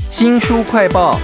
新书快报。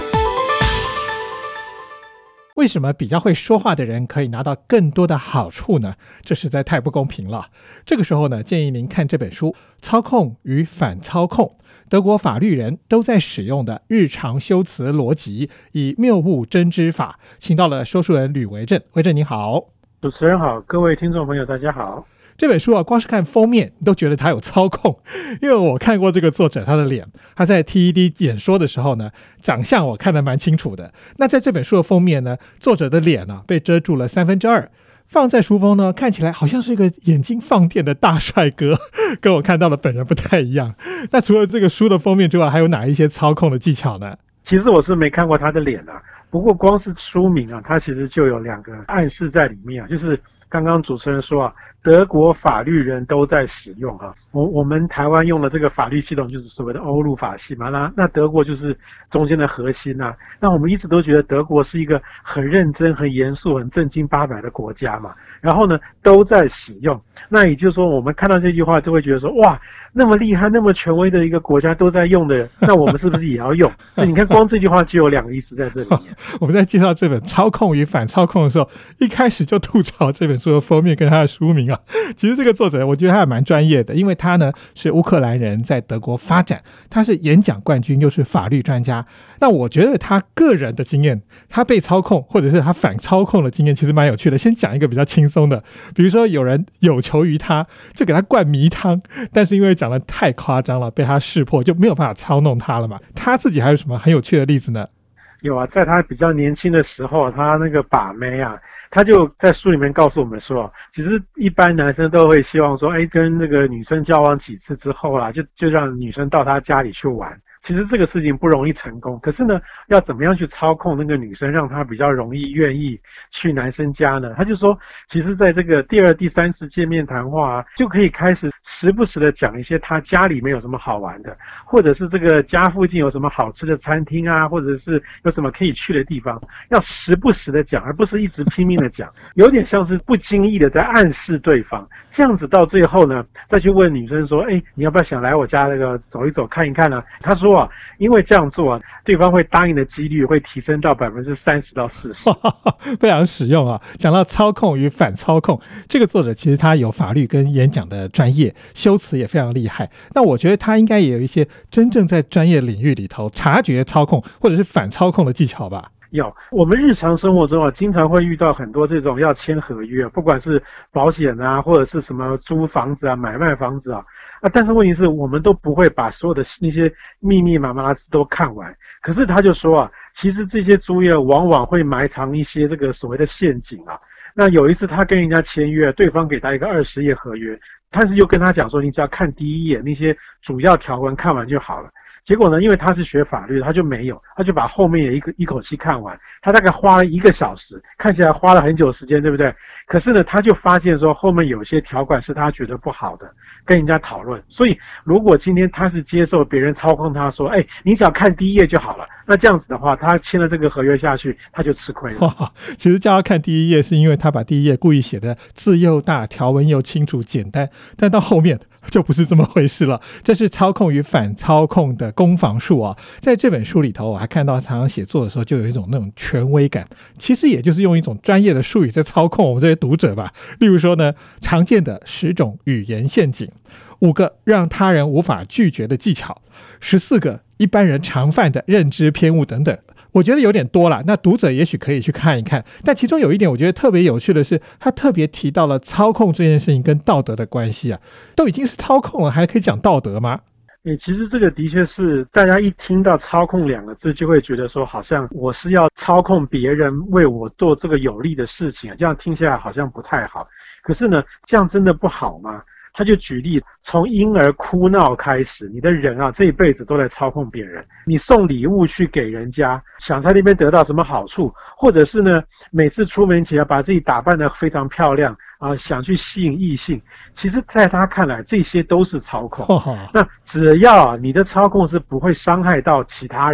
为什么比较会说话的人可以拿到更多的好处呢？这实在太不公平了。这个时候呢，建议您看这本书《操控与反操控》，德国法律人都在使用的日常修辞逻辑，以谬误真知法，请到了说书人吕维正。维正你好。 主持人好，各位听众朋友大家好。 这本书啊，光是看封面你都觉得他有操控，因为我看过这个作者他的脸，他在 TED 演说的时候呢，长相我看得蛮清楚的。那在这本书的封面呢，作者的脸啊被遮住了2/3，放在书封呢，看起来好像是一个眼睛放电的大帅哥，跟我看到的本人不太一样。那除了这个书的封面之外，还有哪一些操控的技巧呢？ 其实我是没看过他的脸啊，不过光是书名啊，它其实就有2个暗示在里面啊，就是刚刚主持人说啊，德国法律人都在使用啊，我们台湾用的这个法律系统就是所谓的欧陆法系嘛，那德国就是中间的核心啊。那我们一直都觉得德国是一个很认真、很严肃、很正经八百的国家嘛，然后呢都在使用，那也就是说我们看到这句话就会觉得说，哇，那么厉害、那么权威的一个国家都在用的，那我们是不是也要用？所以你看，光这句话就有2个意思在这里面。 我们在介绍这本《操控与反操控》的时候，一开始就吐槽这本书的封面跟它的书名啊。其实这个作者我觉得他还蛮专业的，因为他呢是乌克兰人，在德国发展，他是演讲冠军，又是法律专家。那我觉得他个人的经验，他被操控或者是他反操控的经验其实蛮有趣的。先讲一个比较轻松的，比如说有人有求于他，就给他灌迷汤，但是因为讲得太夸张了，被他识破，就没有办法操弄他了嘛。他自己还有什么很有趣的例子呢？ 有啊，在他比较年轻的时候，他那个把妹啊，他就在书里面告诉我们说，其实一般男生都会希望说，跟那个女生交往几次之后啦，就让女生到他家里去玩。其实这个事情不容易成功，可是呢，要怎么样去操控那个女生，让她比较容易愿意去男生家呢？他就说，其实在这个第2、第3次见面谈话啊，就可以开始时不时的讲一些他家里面有什么好玩的，或者是这个家附近有什么好吃的餐厅啊，或者是有什么可以去的地方，要时不时的讲，而不是一直拼命的讲，有点像是不经意的在暗示对方。这样子到最后呢，再去问女生说，你要不要想来我家那个走一走看一看呢？他说啊，因为这样做啊，对方会答应的几率会提升到30%到40%， 非常实用啊！讲到操控与反操控，这个作者其实他有法律跟演讲的专业，修辞也非常厉害。那我觉得他应该也有一些真正在专业领域里头察觉操控或者是反操控的技巧吧。 有，我们日常生活中啊，经常会遇到很多这种要签合约，不管是保险啊，或者是什么租房子啊、买卖房子啊，但是问题是我们都不会把所有的那些密密麻麻的字都看完。可是他就说啊，其实这些租约往往会埋藏一些这个所谓的陷阱啊。那有一次他跟人家签约，对方给他一个20页合约，但是又跟他讲说，你只要看第1页那些主要条文看完就好了。结果呢，因为他是学法律的，他就没有，他就把后面也一口气看完，他大概花了1个小时，看起来花了很久时间，对不对？可是呢，他就发现说后面有些条款是他觉得不好的，跟人家讨论。所以如果今天他是接受别人操控他说，你只要看第1页就好了，那这样子的话，他签了这个合约下去，他就吃亏了。 其实叫他看第1页是因为他把第1页故意写的字又大，条文又清楚简单，但到后面就不是这么回事了。这是操控与反操控的攻防术啊！在这本书里头，我还看到常常写作的时候就有一种那种权威感，其实也就是用一种专业的术语在操控我们这些读者吧。例如说呢，常见的10种语言陷阱，5个让他人无法拒绝的技巧，14个一般人常犯的认知偏误等等。我觉得有点多了，那读者也许可以去看一看。但其中有一点我觉得特别有趣的是，他特别提到了操控这件事情跟道德的关系啊，都已经是操控了，还可以讲道德吗？ 其实这个的确是大家一听到操控2个字就会觉得说，好像我是要操控别人为我做这个有利的事情，这样听起来好像不太好。可是呢，这样真的不好吗？他就举例，从婴儿哭闹开始，你的人啊，这一辈子都在操控别人。你送礼物去给人家，想在那边得到什么好处，或者是呢，每次出门前把自己打扮得非常漂亮啊，想去吸引异性。其实在他看来，这些都是操控。那只要你的操控是不会伤害到其他人，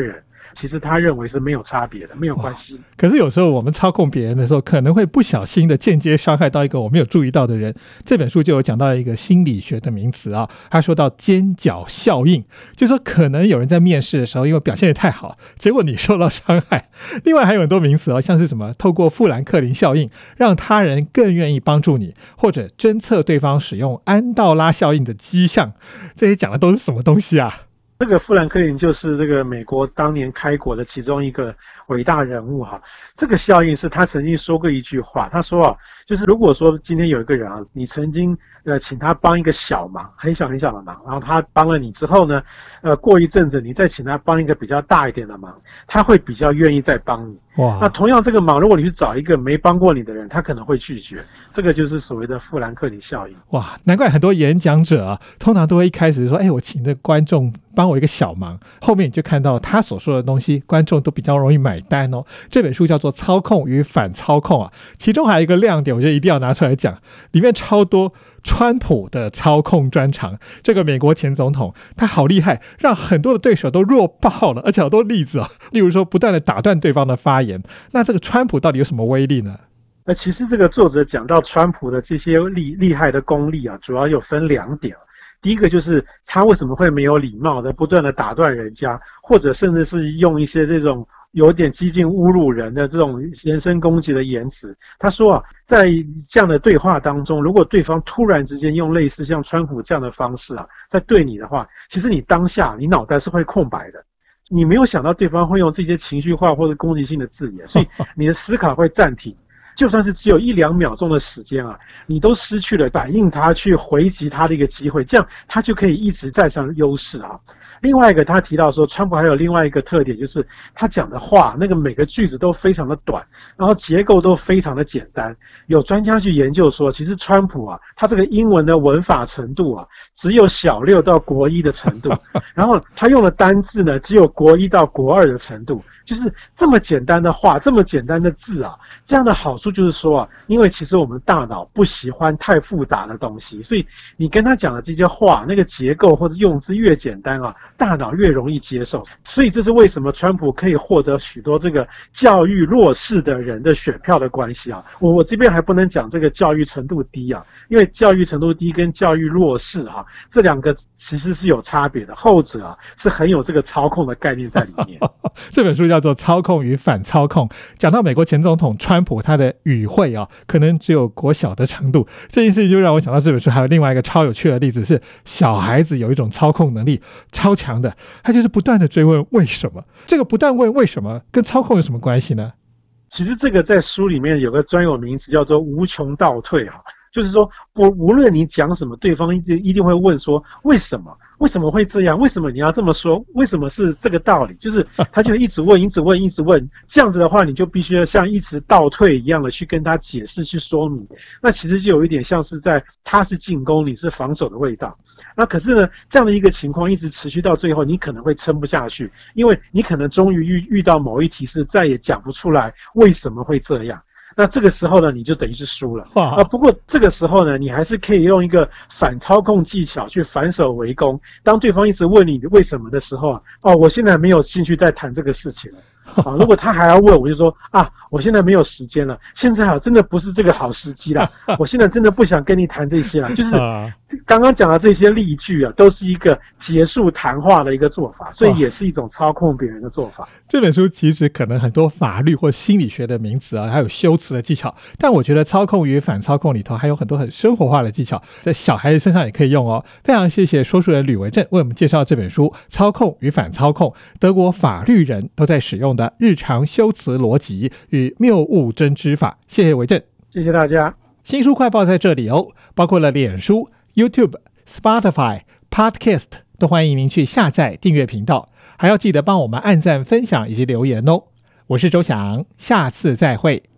其实他认为是没有差别的，没有关系。 可是有时候我们操控别人的时候，可能会不小心的间接伤害到一个我没有注意到的人。这本书就有讲到一个心理学的名词啊，他说到尖角效应，就是说可能有人在面试的时候因为表现得太好，结果你受到伤害。另外还有很多名词像是什么透过富兰克林效应让他人更愿意帮助你，或者侦测对方使用安道拉效应的迹象。这些讲的都是什么东西啊？ 这个富兰克林就是这个美国当年开国的其中一个伟大人物哈。这个效应是他曾经说过一句话，他说啊，就是如果说今天有一个人啊，你曾经请他帮一个小忙，很小很小的忙，然后他帮了你之后呢，过一阵子你再请他帮一个比较大一点的忙，他会比较愿意再帮你。哇，那同样这个忙，如果你去找一个没帮过你的人，他可能会拒绝。这个就是所谓的富兰克林效应。 哇，难怪很多演讲者啊，通常都会一开始说，我请这观众帮我一个小忙，后面你就看到他所说的东西，观众都比较容易买单哦。这本书叫做《操控与反操控》啊，其中还有一个亮点，我觉得一定要拿出来讲，里面超多川普的操控专长。这个美国前总统他好厉害，让很多的对手都弱爆了，而且好多例子啊，例如说不断的打断对方的发言。那这个川普到底有什么威力呢？ 其实这个作者讲到川普的这些厉害的功力啊，主要有分2点。第一个就是他为什么会没有礼貌的不断的打断人家，或者甚至是用一些这种有点激进侮辱人的这种人身攻击的言辞。他说啊，在这样的对话当中，如果对方突然之间用类似像川普这样的方式啊，在对你的话，其实你当下你脑袋是会空白的，你没有想到对方会用这些情绪化或者攻击性的字眼，所以你的思考会暂停。就算是只有1-2秒钟的时间啊，你都失去了反应他去回击他的一个机会，这样他就可以一直占上优势啊。另外一个他提到说，川普还有另外一个特点，就是他讲的话那个每个句子都非常的短，然后结构都非常的简单。有专家去研究说，其实川普啊，他这个英文的文法程度啊，只有小6到国1的程度，然后他用的单字呢，只有国1到国2的程度。就是这么简单的话，这么简单的字啊，这样的好处就是说啊，因为其实我们大脑不喜欢太复杂的东西，所以你跟他讲的这些话，那个结构或者用字越简单啊，大脑越容易接受。所以这是为什么川普可以获得许多这个教育弱势的人的选票的关系啊。我这边还不能讲这个教育程度低啊，因为教育程度低跟教育弱势啊，这2个其实是有差别的，后者啊是很有这个操控的概念在里面。 这本书叫做《操控与反操控》，讲到美国前总统川普他的语汇啊，可能只有国小的程度。这件事情就让我想到这本书还有另外一个超有趣的例子，是小孩子有一种操控能力超强的，他就是不断的追问为什么。这个不断问为什么跟操控有什么关系呢？ 其实这个在书里面有个专有名词叫做无穷倒退啊，就是说无论你讲什么，对方一定会问说为什么会这样，为什么你要这么说，为什么是这个道理，就是他就一直问，这样子的话你就必须要像一直倒退一样的去跟他解释去说明，那其实就有一点像是在他是进攻你是防守的味道。那可是呢，这样的一个情况一直持续到最后，你可能会撑不下去，因为你可能终于遇到某一题是再也讲不出来为什么会这样，那这个时候呢，你就等于是输了啊。不过这个时候呢，你还是可以用一个反操控技巧去反手为攻。当对方一直问你为什么的时候啊，我现在没有兴趣再谈这个事情了。啊，如果他还要问，我就说啊，我现在没有时间了，现在真的不是这个好时机啦，我现在真的不想跟你谈这些了。就是刚刚讲的这些例句啊，都是一个结束谈话的一个做法，所以也是一种操控别人的做法。 这本书其实可能很多法律或心理学的名词啊，还有修辞的技巧，但我觉得操控与反操控里头还有很多很生活化的技巧，在小孩子身上也可以用哦。非常谢谢说书人吕维正为我们介绍这本书《操控与反操控》，德国法律人都在使用的日常修辞逻辑与谬误侦知法。谢谢维正， 谢谢大家。 新书快报在这里哦，包括了脸书、YouTube、Spotify、Podcast， 都欢迎您去下载订阅频道，还要记得帮我们按赞、分享以及留言哦。我是周翔，下次再会。